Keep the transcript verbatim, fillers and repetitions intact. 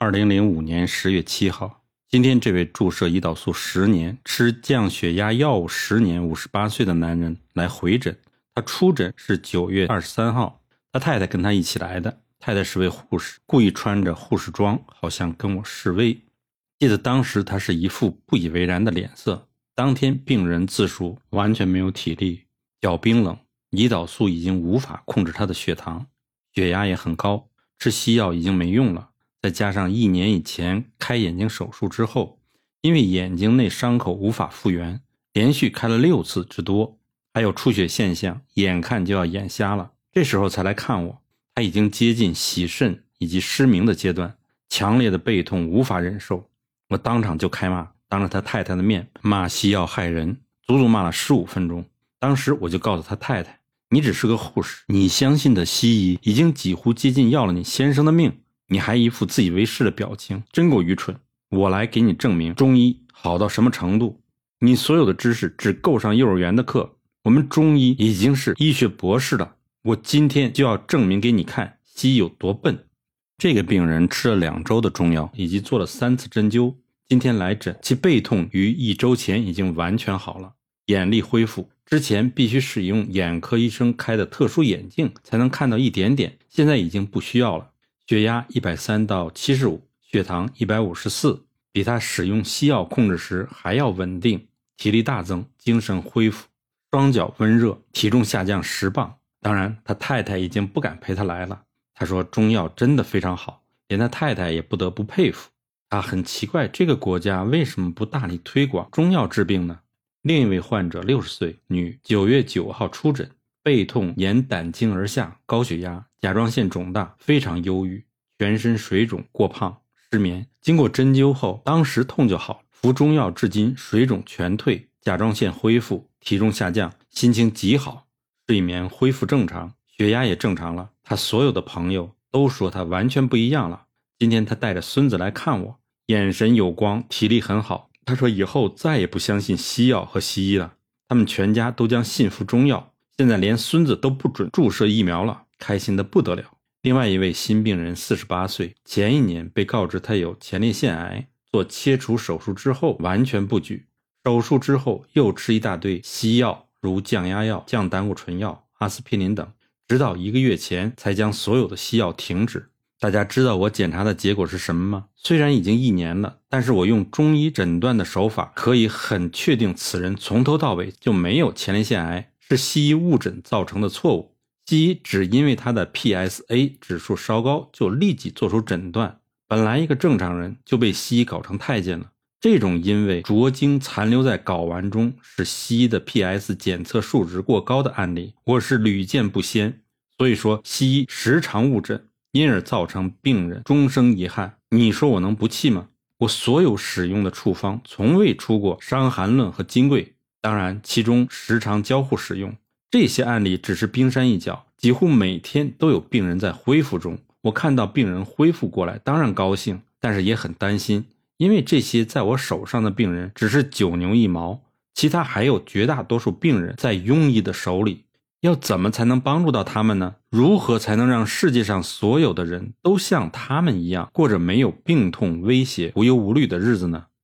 二零零五年十月七号，今天这位注射胰岛素十年、吃降血压药物十年、五十八岁的男人来回诊。他出诊是九月二十三号，他太太跟他一起来的。太太是位护士，故意穿着护士装，好像跟我示威。记得当时他是一副不以为然的脸色。当天病人自述完全没有体力，脚冰冷，胰岛素已经无法控制他的血糖，血压也很高，吃西药已经没用了。再加上一年以前开眼睛手术之后，因为眼睛内伤口无法复原，连续开了六次之多，还有出血现象，眼看就要眼瞎了。这时候才来看我，他已经接近洗肾以及失明的阶段，强烈的背痛无法忍受。我当场就开骂，当着他太太的面骂西药害人，足足骂了十五分钟。当时我就告诉他太太，你只是个护士，你相信的西医已经几乎接近要了你先生的命，你还一副自以为是的表情，真够愚蠢。我来给你证明中医好到什么程度。你所有的知识只够上幼儿园的课，我们中医已经是医学博士了。我今天就要证明给你看西医有多笨。这个病人吃了两周的中药，以及做了三次针灸，今天来诊，其背痛于一周前已经完全好了，眼力恢复。之前必须使用眼科医生开的特殊眼镜才能看到一点点，现在已经不需要了。血压一百三到七十五，血糖一百五十四，比他使用西药控制时还要稳定，体力大增，精神恢复，双脚温热，体重下降十磅。当然他太太已经不敢陪他来了，他说中药真的非常好，连他太太也不得不佩服。他很奇怪这个国家为什么不大力推广中药治病呢？另一位患者六十岁女，九月九号出诊，背痛沿胆经而下，高血压，甲状腺肿大，非常忧郁，全身水肿，过胖，失眠。经过针灸后，当时痛就好了，服中药至今水肿全退，甲状腺恢复，体重下降，心情极好，睡眠恢复正常，血压也正常了。他所有的朋友都说他完全不一样了。今天他带着孙子来看我，眼神有光，体力很好。他说以后再也不相信西药和西医了，他们全家都将信服中药，现在连孙子都不准注射疫苗了，开心的不得了。另外一位新病人四十八岁，前一年被告知他有前列腺癌，做切除手术之后完全不举，手术之后又吃一大堆西药，如降压药、降胆固醇药、阿司匹林等，直到一个月前才将所有的西药停止。大家知道我检查的结果是什么吗？虽然已经一年了，但是我用中医诊断的手法可以很确定此人从头到尾就没有前列腺癌，是西医误诊造成的错误。西医只因为他的 P S A 指数稍高就立即做出诊断，本来一个正常人就被西医搞成太监了。这种因为浊精残留在睾丸中使西医的 P S 检测数值过高的案例，我是屡见不鲜。所以说西医时常误诊，因而造成病人终生遗憾。你说我能不气吗？我所有使用的处方从未出过伤寒论和金匮，当然其中时常交互使用。这些案例只是冰山一角，几乎每天都有病人在恢复中。我看到病人恢复过来当然高兴，但是也很担心，因为这些在我手上的病人只是九牛一毛，其他还有绝大多数病人在庸医的手里。要怎么才能帮助到他们呢？如何才能让世界上所有的人都像他们一样，过着没有病痛威胁、无忧无虑的日子呢？